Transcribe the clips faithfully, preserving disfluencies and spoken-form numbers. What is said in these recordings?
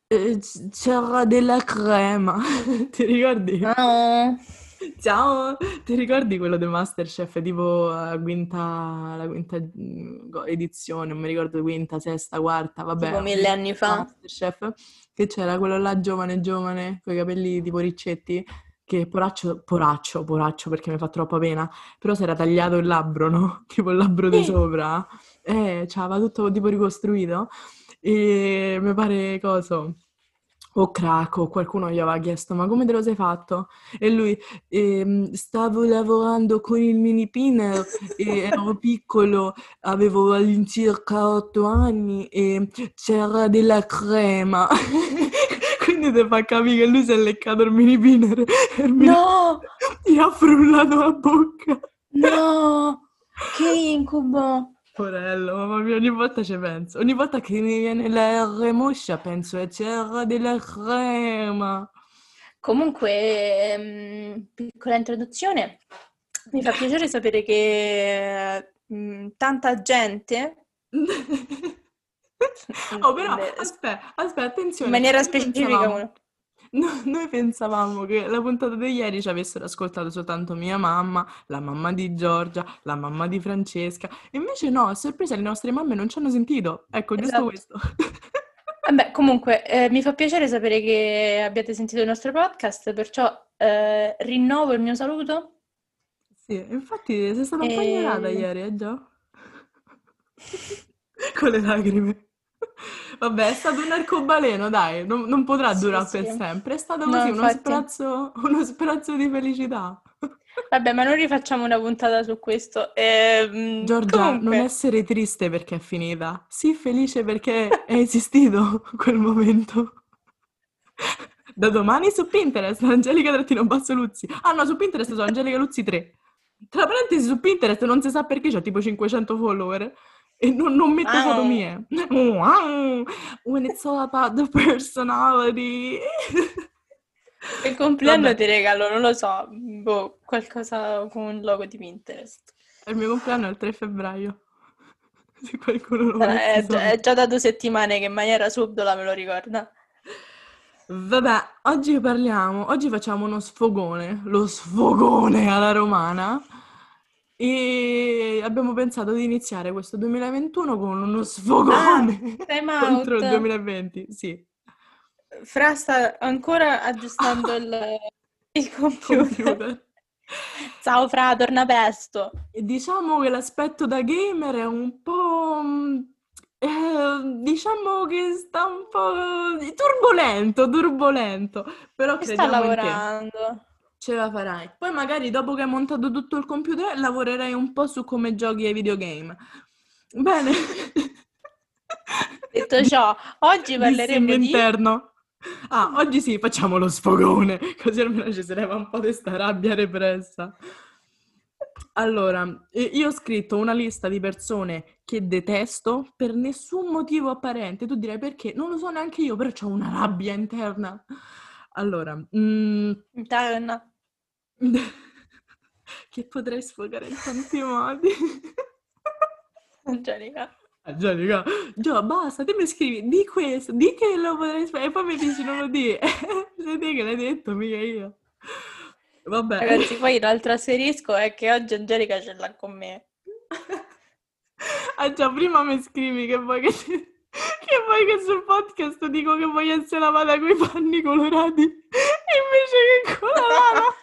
Eh, c- c'era della crema, ti ricordi? Ah, Ciao, ti ricordi quello del MasterChef, tipo la quinta, la quinta mm, go- edizione, non mi ricordo quinta, sesta, quarta, tipo vabbè, mille anni fa. MasterChef, che c'era quello là giovane, giovane, con i capelli tipo riccetti, che poraccio, poraccio, poraccio perché mi fa troppa pena, però si era tagliato il labbro, no? Tipo il labbro di Sì. sopra, eh, c'aveva tutto tipo ricostruito, e mi pare coso, o crack, o qualcuno gli aveva chiesto, ma come te lo sei fatto? E lui, ehm, stavo lavorando con il mini pinner e ero piccolo, avevo all'incirca otto anni e c'era della crema. Quindi ti fa capire che lui si è leccato il mini pinner e il mini No, gli ha frullato la bocca. no, che incubo. Porello, mamma mia, ogni volta ci penso. Ogni volta che mi viene la R moscia penso e c'era della crema. Comunque, ehm, piccola introduzione, mi fa piacere sapere che mm, tanta gente, Oh, però, in aspetta, aspetta, attenzione, maniera noi specifica, pensavamo, uno. no- noi pensavamo che la puntata di ieri ci avessero ascoltato soltanto mia mamma, la mamma di Giorgia, la mamma di Francesca, e invece no, a sorpresa le nostre mamme non ci hanno sentito. Ecco, giusto Esatto. questo. Vabbè, comunque, eh, mi fa piacere sapere che abbiate sentito il nostro podcast, perciò eh, rinnovo il mio saluto Sì, infatti sei stata un po' ignorata e... ieri, eh già? Con le lacrime. Vabbè, è stato un arcobaleno, dai, non, non potrà Sì, durare sì. per sempre. È stato No, così, uno infatti. sprazzo, uno sprazzo di felicità. Vabbè, ma non rifacciamo una puntata su questo. Ehm, Giorgia, non comunque, essere triste perché è finita, sii felice perché è esistito quel momento. Da domani su Pinterest, Angelica-Luzzi. Ah no, su Pinterest sono Angelica Luzzi tre. Tra parentesi, su Pinterest non si sa perché c'ho tipo cinquecento follower e non, non metto foto ah, mie. Wow, when it's all about the personality. per compleanno Vabbè, ti regalo, non lo so, boh, qualcosa con un logo di Pinterest. il mio compleanno è il tre febbraio, se qualcuno lo Sarà- volesse È, già sapere. è già da due settimane che in maniera subdola me lo ricorda. Vabbè, oggi parliamo, oggi facciamo uno sfogone, lo sfogone alla romana e abbiamo pensato di iniziare questo duemilaventuno con uno Ah, sfogone time contro out. il duemilaventi, sì, Fra sta ancora aggiustando ah, il, il computer. computer. Ciao Fra, torna presto. E diciamo che l'aspetto da gamer è un po'... mm, eh, diciamo che sta un po' turbolento, turbolento, però Ci sta crediamo in te. lavorando. Ce la farai. Poi magari dopo che hai montato tutto il computer lavorerai un po' su come giochi ai videogame. Bene. Detto Di- ciò, oggi Dissi il mio parleremo di... interno. Ah, oggi sì, facciamo lo sfogone, così almeno ci si leva un po' di sta rabbia repressa. Allora, eh, io ho scritto una lista di persone che detesto per nessun motivo apparente. Tu direi perché? Non lo so neanche io, però ho una rabbia interna. Allora, mm, Interna. che potrei sfogare in tanti modi. Angelica. Angelica, Gio, basta, te mi scrivi, di questo, di che lo potrei sfogare, e poi mi dici non lo di. Sei te che l'hai detto, mica io. Vabbè. Ragazzi, poi l'altro asterisco è che oggi Angelica ce l'ha con me. Ah già, prima mi scrivi che vuoi che, ti- che vuoi che sul podcast dico che voglio essere lavata coi panni colorati, e invece che con la lana.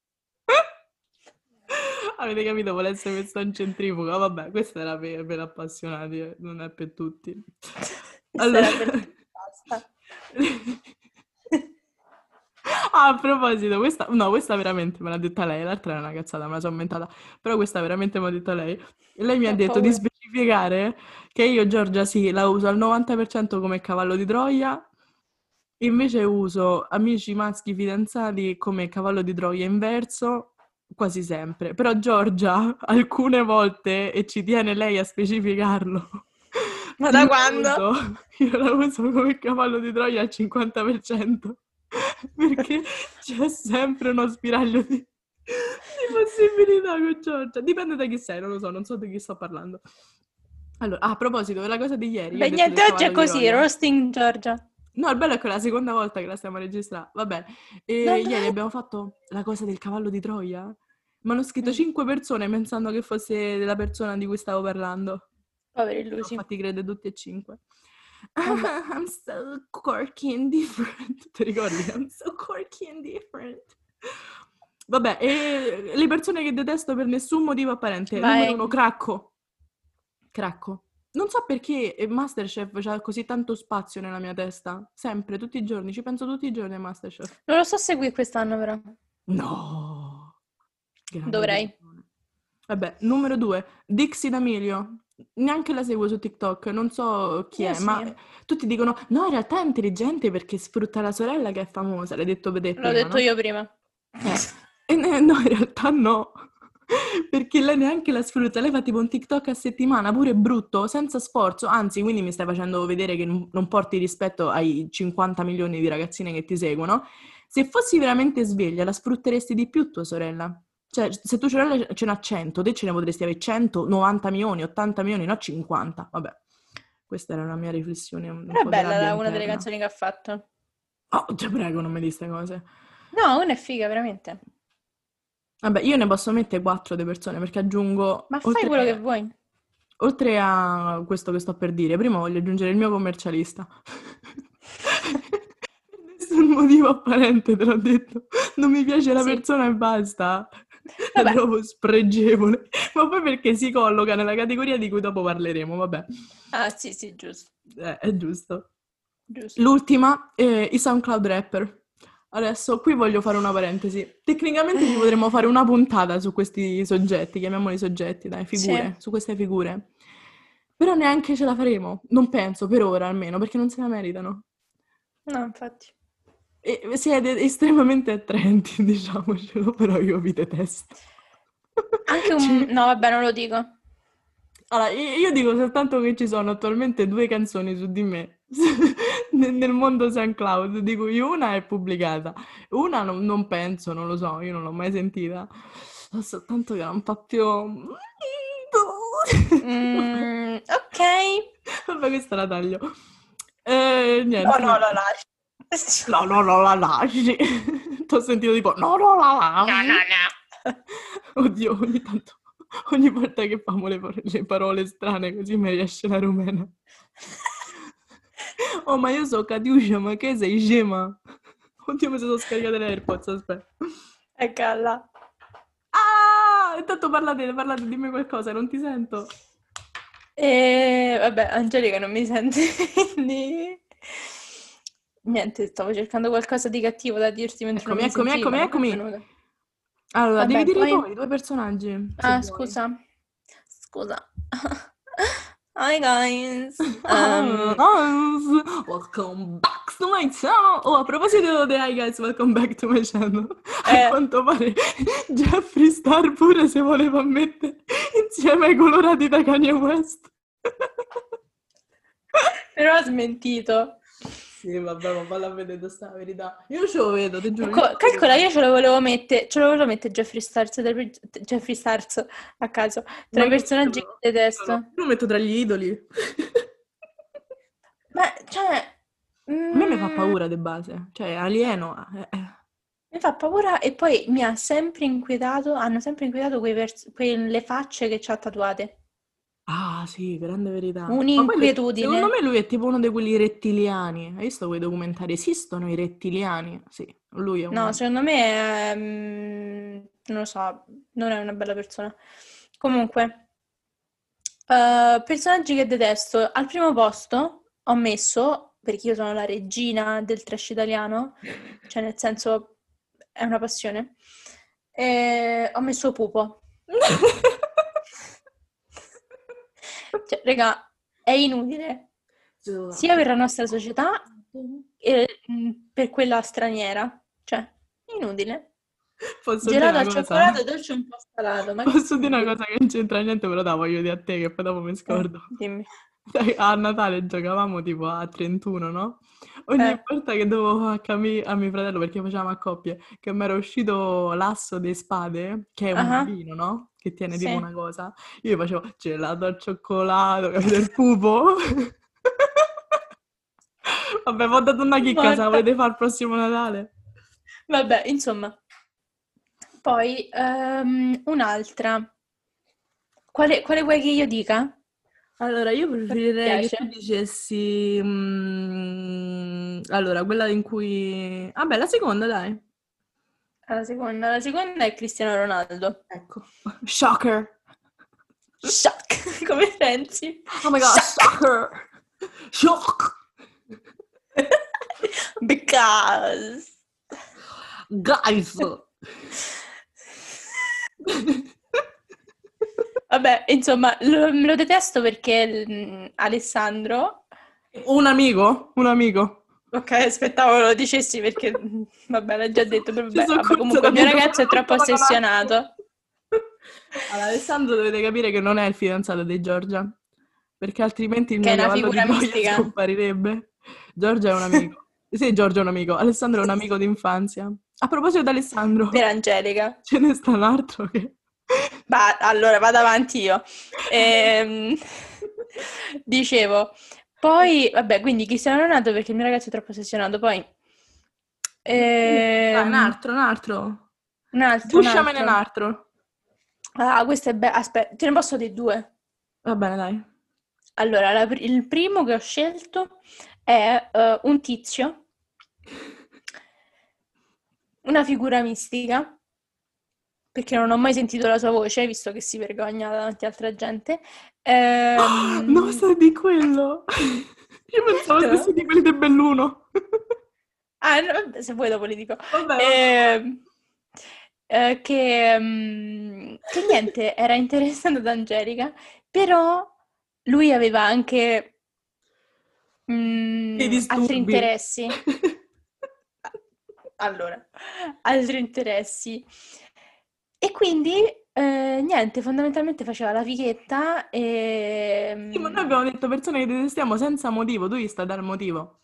Avete capito? Vuole essere messa in centrifuga. Vabbè, questa era per, per appassionati, eh, non è per tutti. Questa Allora, era per te. Basta. ah, a proposito, questa, no, questa veramente me l'ha detta lei, l'altra è una cazzata, me la sono inventata, però questa veramente me l'ha detta lei. E lei mi ha Ho detto di paura. specificare che io, Giorgia, sì, la uso al novanta per cento come cavallo di Troia, invece uso amici maschi fidanzati come cavallo di Troia inverso quasi sempre. Però Giorgia, alcune volte, e ci tiene lei a specificarlo, Ma io da la quando? uso, io la uso come cavallo di Troia al cinquanta per cento. Perché c'è sempre uno spiraglio di, di possibilità con Giorgia. Dipende da chi sei, non lo so, non so di chi sto parlando. Allora, ah, a proposito della cosa di ieri, io ho Beh, detto del niente, oggi è cavallo di così, Troia. roasting Giorgia. No, il bello è che è la seconda volta che la stiamo a registrare. Vabbè, e ieri Vabbè. abbiamo fatto la cosa del cavallo di Troia. Mi hanno scritto Mm, cinque persone pensando che fosse la persona di cui stavo parlando. poveri Sono illusi. fatti credere tutti e cinque. Vabbè. I'm so quirky and different. Ti ricordi? I'm so quirky and different. Vabbè, e le persone che detesto per nessun motivo apparente. Numero Vai. uno, Cracco. Cracco. Non so perché eh, MasterChef c'ha così tanto spazio nella mia testa. Sempre, tutti i giorni. Ci penso tutti i giorni a MasterChef. Non lo so seguire quest'anno però. No! Grande Dovrei. delusione. Vabbè, numero due, Dixie D'Amelio. Neanche la seguo su TikTok, non so chi Io è, sì. ma tutti dicono, no, in realtà è intelligente perché sfrutta la sorella che è famosa, l'hai detto vedere L'ho prima, detto no? io prima. Eh, e ne- no, in realtà no, perché lei neanche la sfrutta, lei fa tipo un TikTok a settimana, pure brutto, senza sforzo, anzi, quindi mi stai facendo vedere che non non porti rispetto ai cinquanta milioni di ragazzine che ti seguono. Se fossi veramente sveglia, la sfrutteresti di più tua sorella. Cioè, se tua sorella ce n'ha cento, te ce ne potresti avere cento, novanta milioni, ottanta milioni, no cinquanta. Vabbè, questa era una mia riflessione, un un Però è po' di bella rabbia la- una delle interna. canzoni che ha fatto. Oh, ti prego, non mi di ste cose. No, una è figa, veramente. Vabbè, io ne posso mettere quattro di persone perché aggiungo, Ma fai quello che oltre, vuoi. oltre a questo che sto per dire, prima voglio aggiungere il mio commercialista. Per nessun motivo apparente, te l'ho detto. Non mi piace la Sì. persona e basta. La Vabbè. trovo spregevole. Ma poi perché si colloca nella categoria di cui dopo parleremo, vabbè. Ah, sì, sì, giusto. Eh, è giusto. Giusto. L'ultima, è i SoundCloud rapper. Adesso qui voglio fare una parentesi. Tecnicamente ci potremmo fare una puntata su questi soggetti, chiamiamoli soggetti, dai, Sì. figure, su queste figure. Però neanche ce la faremo, non penso, per ora almeno, perché non se la meritano. No, infatti. E siete estremamente attraenti, diciamocelo, però io vi detesto. Anche un... Cioè, No, vabbè, non lo dico. allora, io io dico soltanto che ci sono attualmente due canzoni su di me nel nel mondo SoundCloud, di cui una è pubblicata, una non, non penso, non lo so, io non l'ho mai sentita, so soltanto che non fa più... Vabbè, Mm, ok. vabbè, questa la taglio. Eh, No, niente, no, quindi... lo lascio. No, no, no, la lasci. T'ho sentito tipo, no, no, la No, no, lasci. no. Oddio, ogni tanto, ogni volta che famo le, par- le parole strane così mi riesce la rumena. Oh, ma io so Katiuscia, ma che sei scema? Oddio, mi sono scaricate le AirPods, aspetta. Eccola. Ah! Intanto parlate, parlate, dimmi qualcosa, non ti sento. E vabbè, Angelica non mi sente, quindi... Niente, stavo cercando qualcosa di cattivo da dirti mentre non Eccomi, mi eccomi, sentivi, ma eccomi, non mi è eccomi. venuto. Allora, devi Vabbè, dire i poi... tuoi, i tuoi personaggi, se Ah, vuoi. scusa. Scusa. Hi guys. Um, Welcome back to my channel. Oh, a proposito di Hi guys, welcome back to my channel. A eh, quanto pare Jeffree Star pure se voleva mettere insieme ai colorati da Kanye West. però ho smentito. Sì, vabbè, ma falla vedere questa la verità. Io ce lo vedo, ti giuro, io ce Ecco, lo vedo calcola, io bene. ce lo volevo mettere, ce lo volevo mettere Jeffree Stars, tra i- Jeffree Stars a caso, tra Ma i personaggi mettilo. che detesto. Io lo metto tra gli idoli. Ma, cioè, A me mi fa mm, paura di base, cioè è alieno. eh, eh. mi fa paura e poi mi ha sempre inquietato, hanno sempre inquietato quei vers- quelle facce che ha tatuate. Ah, sì, grande verità. Ma poi lui- Un'inquietudine. secondo me lui è tipo uno di quelli rettiliani. Hai visto quei documentari? Esistono i rettiliani? Sì, lui è No, uno. secondo me è, mm, non lo so, non è una bella persona. Comunque, eh, personaggi che detesto. Al primo posto ho messo, perché io sono la regina del trash italiano, cioè nel senso è una passione, e ho messo Pupo. Cioè, raga, è inutile, sia per la nostra società che mm, per quella straniera. Cioè, è inutile. Posso dire Gelato una al cioccolato, cosa? dolce un po' salato, ma che Posso dire una significa? cosa che non c'entra niente, però la voglio dire a te, che poi dopo mi Eh, scordo. dimmi. Sai, a Natale giocavamo tipo a trentuno, no? Ogni Eh, volta che dovevo fare a, cami- a mio fratello, perché facevamo a coppie, che mi era uscito l'asso di spade, che è un ah, bambino, no? Che tiene tipo sì. una cosa, io gli facevo gelato al cioccolato, capito? Il pupo. Vabbè, vi ho dato una chicca, se la Morta. volete fare il prossimo Natale. Vabbè, insomma. Poi ehm, un'altra. Quale, quale vuoi che io dica? Allora, io Quale ti preferirei che tu piace? dicessi... mm, allora, quella in cui... Vabbè, la seconda, dai. La seconda, la seconda è Cristiano Ronaldo. Ecco. Shocker. Shock, come pensi? Oh my god, Shock. shocker. Shock. Because. Guys. Vabbè, insomma, lo, lo detesto perché mm, Alessandro... Un amico? Un amico. Ok, aspettavo lo dicessi perché, mm, vabbè, l'hai già detto, però Ci vabbè, sono vabbè, corsa comunque da il mio dietro, ragazzo è sono troppo tutta la ossessionato. Allora, Alessandro dovete capire che non è il fidanzato di Giorgia, perché altrimenti il Che è mio una cavallo di figura Troia mistica. scomparirebbe. Giorgia è un amico. Sì, Giorgia è un amico. Alessandro è un amico d'infanzia. A proposito di Alessandro, Per Angelica. ce ne sta un altro che... Ma allora vado avanti io. Ehm, dicevo, poi, vabbè, quindi Cristiano Ronaldo perché il mio ragazzo è troppo ossessionato. Poi, Dai, un ehm, altro, un altro. un altro, un Sgusciamene un altro. altro. Ah, questo è bello. Aspetta, te ne posso dire due. Va bene, dai. Allora, la pr- il primo che ho scelto è eh, un tizio, una figura mistica, perché non ho mai sentito la sua voce, visto che si vergogna davanti a altra gente. Oh, no, Ehm, sai di quello. Io pensavo stessi di quelli del Belluno. Ah, no, vabbè, se vuoi dopo li dico. Vabbè, vabbè. Ehm, eh, che, mm, che niente, era interessato ad Angelica, però lui aveva anche Dei mm, altri disturbi. interessi. Allora, altri interessi. E quindi, eh, niente, fondamentalmente faceva la fighetta e... Sì, ma noi mm, abbiamo detto persone che detestiamo senza motivo, tu gli stai a dare il motivo.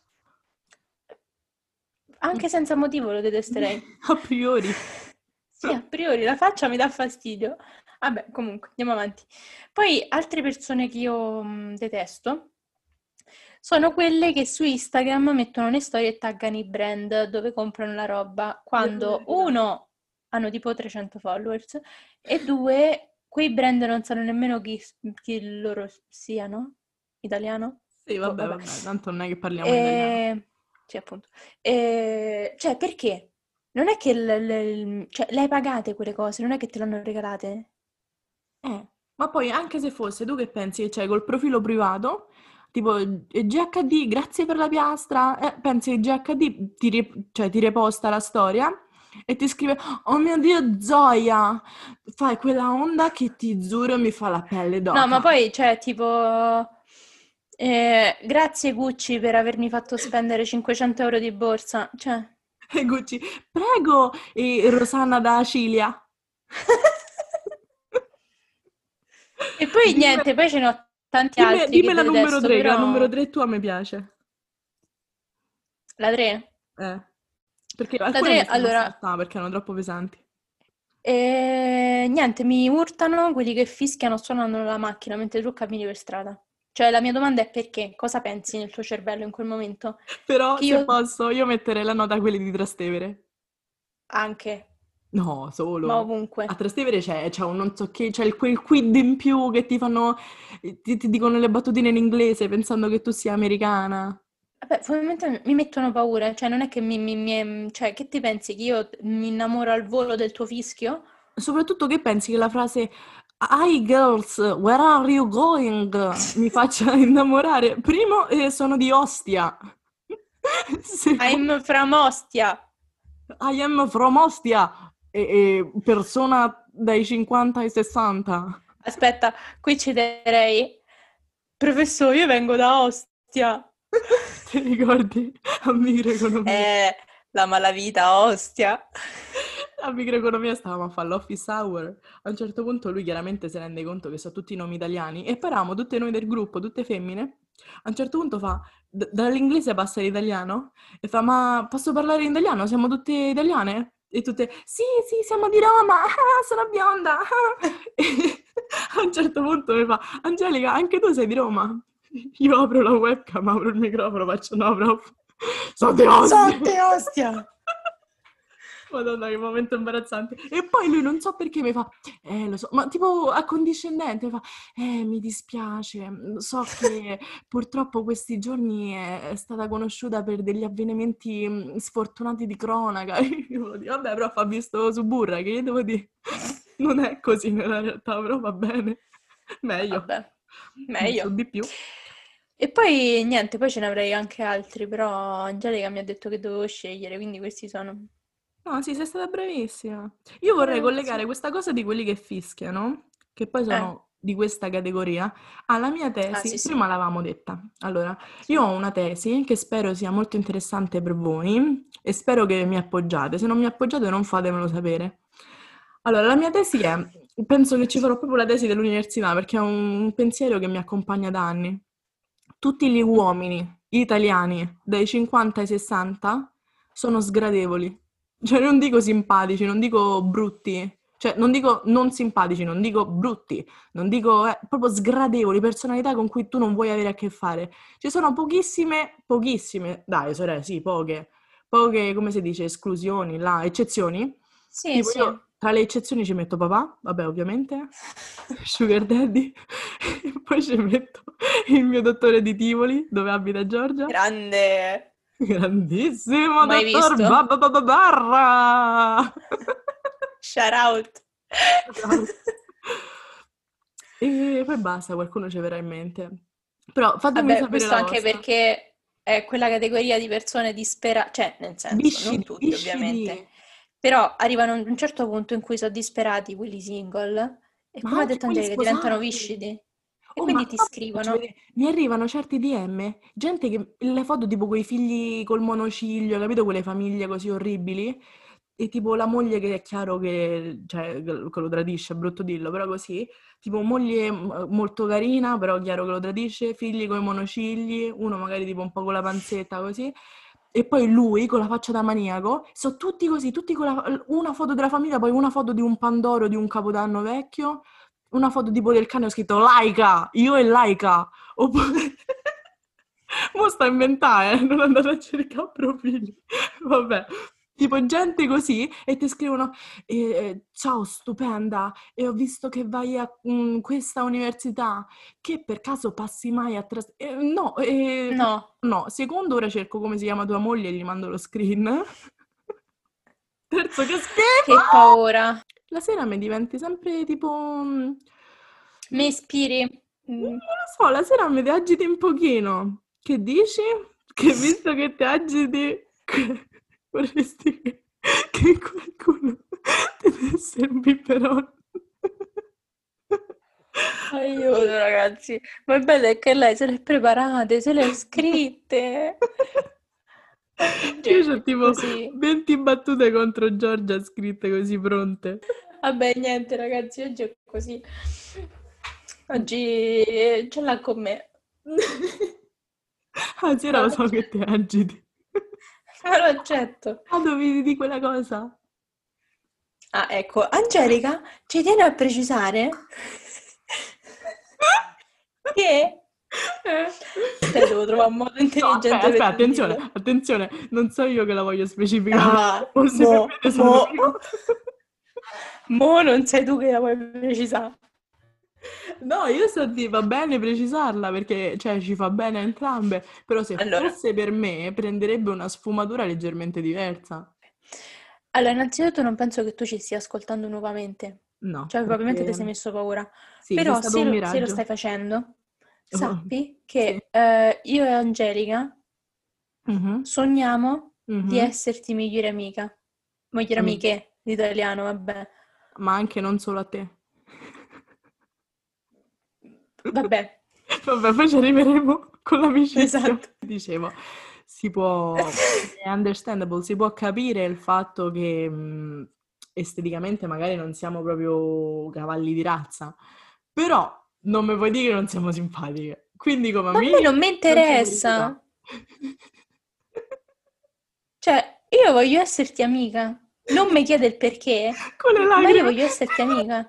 anche senza motivo lo detesterei. A priori. Sì, a priori la faccia mi dà fastidio. Vabbè, comunque, andiamo avanti. Poi altre persone che io mh, detesto sono quelle che su Instagram mettono le storie e taggano i brand dove comprano la roba, quando uno hanno tipo trecento followers e due, quei brand non sanno nemmeno chi, chi loro siano. Italiano? Sì, Boh, vabbè, vabbè. vabbè, tanto non è che parliamo in italiano. E... Sì, appunto. E... Cioè, perché? Non è che l- l- cioè, le hai pagate quelle cose, non è che te le hanno regalate. Eh, ma poi anche se fosse tu che pensi che c'hai col profilo privato, tipo eh, G H D, grazie per la piastra, eh, pensi che G H D ti, ri- cioè, ti reposta la storia e ti scrive, oh mio Dio, Zoia, fai quella onda che ti giuro mi fa la pelle No, ma d'oca. poi, cioè, tipo... eh, grazie Gucci per avermi fatto spendere cinquecento euro di borsa. Cioè... E Gucci, prego, e Rosanna da Cilia. E poi Dimme, niente, poi ce ne ho tanti dimme, altri che dimme la numero detesto, tre, che la numero però... tre tua mi piace. La tre? Eh, perché La alcune tre, mi stanno a allora... saltare perché erano troppo pesanti. E niente, mi urtano quelli che fischiano suonando la macchina mentre tu cammini per strada. Cioè, la mia domanda è perché? Cosa pensi nel tuo cervello in quel momento? Però, Che se io posso, io metterei la nota a quelli di Trastevere. anche, No, ma solo. A ovunque. Trastevere c'è, c'è un non so che, c'è il- quel quid in più che ti fanno, ti, ti dicono le battutine in inglese pensando che tu sia americana. Vabbè, fondamentalmente mi mettono paura, cioè non è che mi, mi- mi- cioè, che ti pensi che io mi innamoro al volo del tuo fischio? Soprattutto che pensi che la frase Hi girls, where are you going? Mi faccia innamorare. Primo, eh, sono di Ostia. Secondo, I'm from Ostia. I am from Ostia. E, e persona dai cinquanta ai sessanta. Aspetta, qui citerei, professore, io vengo da Ostia. Ti ricordi? A microeconomia. Eh, la malavita Ostia. A microeconomia stavamo a fare l'office hour. A un certo punto lui chiaramente si rende conto che sono tutti nomi italiani e poi eravamo tutte noi del gruppo, tutte femmine. A un certo punto fa, d- dall'inglese passa all'italiano e fa, ma posso parlare in italiano? Siamo tutte italiane? E tutte, sì, sì, siamo di Roma, ah, sono bionda. Ah." E a un certo punto mi fa, Angelica, anche tu sei di Roma? Io apro la webcam, apro il microfono, faccio no, prof. Sante ostia! Sante ostia! Madonna, che momento imbarazzante. E poi lui non so perché mi fa, eh lo so, ma tipo accondiscendente, mi fa, eh mi dispiace, so che purtroppo questi giorni è, è stata conosciuta per degli avvenimenti mh, sfortunati di cronaca. Io lo dico, vabbè, però fa visto su Burra, che io devo dire, non è così nella realtà, però va bene, meglio, Vabbè, ne so meglio. di più. E poi niente, poi ce ne avrei anche altri, però Angelica mi ha detto che dovevo scegliere, quindi questi sono. No, sì, sei stata bravissima. Io vorrei Grazie. collegare questa cosa di quelli che fischiano, che poi Eh, sono di questa categoria, alla mia ah tesi. sì sì, Prima l'avevamo detta. Allora, io sì. ho una tesi che spero sia molto interessante per voi e spero che mi appoggiate. Se non mi appoggiate non fatemelo sapere. Allora, la mia tesi è, penso che ci farò proprio la tesi dell'università perché è un pensiero che mi accompagna da anni. Tutti gli Mhm. uomini italiani dai cinquanta ai sessanta sono sgradevoli. Cioè, non dico simpatici, non dico brutti, cioè, non dico non simpatici, non dico brutti, non dico eh, proprio sgradevoli, personalità con cui tu non vuoi avere a che fare. Ci sono pochissime, pochissime, dai, sorelle, sì, poche, poche, come si dice, esclusioni, là, eccezioni. Sì, Tipo, sì. io tra le eccezioni ci metto papà, vabbè, ovviamente, Sugar Daddy, e poi ci metto il mio dottore di Tivoli, dove abita Giorgia. Grande. Grandissimo Mai dottor visto? Babba Babba Barra! Shout out. Esatto. E poi basta, qualcuno ci verrà in mente. Però fatemi Vabbè, sapere questo la anche vostra. perché è quella categoria di persone disperate, cioè, nel senso, non Viscidi, tutti ovviamente, viscidi. però arrivano ad un certo punto in cui sono disperati quelli single e Ma come ha anche detto quelli Angelica, diventano sposati. viscidi e Oh, ma quindi ti no, ti faccio scrivono. vedere, mi arrivano certi D M, gente che le foto tipo quei figli col monociglio, capito? Quelle famiglie così orribili. E tipo la moglie che è chiaro che, cioè, che lo tradisce, è brutto dirlo, però così. Tipo moglie m- molto carina, però chiaro che lo tradisce, figli con i monocigli, uno magari tipo un po' con la panzetta così. E poi lui con la faccia da maniaco, sono tutti così, tutti con la- una foto della famiglia, poi una foto di un Pandoro di un Capodanno vecchio, una foto tipo del cane, ho scritto Laika, io e Laika. Oppure... Mo sta a inventare, eh? Non andate a cercare profili. Vabbè, tipo gente così e ti scrivono eh, ciao stupenda, e ho visto che vai a mm, questa università, che per caso passi mai a tras... eh, no, eh, No, no, secondo ora cerco come si chiama tua moglie e gli mando lo screen. Terzo, che schifo! che paura. La sera mi diventi sempre tipo... mm, Mi Non ispiri. non Mm. lo so, la sera mi ti agiti un pochino. Che dici? Che visto che ti agiti, vorresti che, che qualcuno ti desse un biberon? Aiuto, ragazzi. Ma il bello è che lei se le è preparate, se le è scritte. Oggi Io c'ho è tipo così. venti battute contro Giorgia scritte così pronte. Vabbè, niente, ragazzi, oggi è così. Oggi eh, ce l'ha con me. La sera Ma lo lo so che ti agiti. ma lo accetto. Ah, dovevi di quella cosa? Ah, ecco, Angelica ci tiene a precisare che... Eh. Aspetta, devo trovare un modo No, aspetta, intelligente aspetta, per attenzione, dirlo. attenzione, non so io che la voglio specificare, Ah, o se per mo, me sono mo, io. mo non sei tu che la vuoi precisare. No, io so di va bene precisarla perché cioè, ci fa bene a entrambe, però se Allora, fosse per me prenderebbe una sfumatura leggermente diversa. allora, innanzitutto non penso che tu ci stia ascoltando nuovamente, No, cioè probabilmente ti sei perché messo paura, sì, c'è però stato se un lo, se lo miraggio. stai facendo, Oh, sappi sì. che eh, io e Angelica Mhm, sogniamo di mhm. esserti migliore amica, migliori Amiche, amiche, l'italiano, vabbè. ma anche non solo a te. Vabbè, Vabbè, poi ci arriveremo con l'amicizia. esatto. Dicevo, si può, è understandable, si può capire il fatto che mh, esteticamente magari non siamo proprio cavalli di razza, però non mi puoi dire che non siamo simpatiche. Quindi come Ma a me non amiche mi non c'è interessa. curiosità. Cioè, io voglio esserti amica. Non mi chiede il perché, Con le ma io lacrime. voglio esserti amica.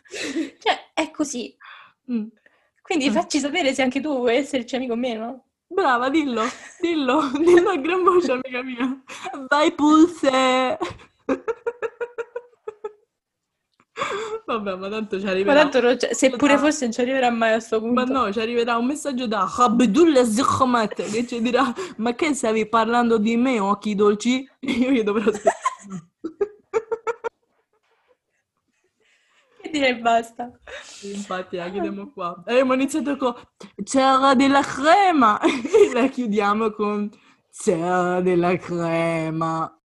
Cioè, è così. Mm. Quindi Ah. facci sapere se anche tu vuoi esserci amico o meno. Brava, dillo, dillo, dillo a gran voce, amica mia. Vai Pulse! Vabbè, ma tanto ci Ma arriverà un tanto non c'è- se messaggio pure da... fosse non ci arriverà mai a sto Ma punto. no, ci arriverà un messaggio da Abdullah Zikhamat che ci dirà ma che stavi parlando di me, occhi dolci? E io gli dovrò spiegare. Che direi basta. Sì, infatti, la chiudiamo qua. E abbiamo iniziato con c'era della crema e la chiudiamo con c'era della crema.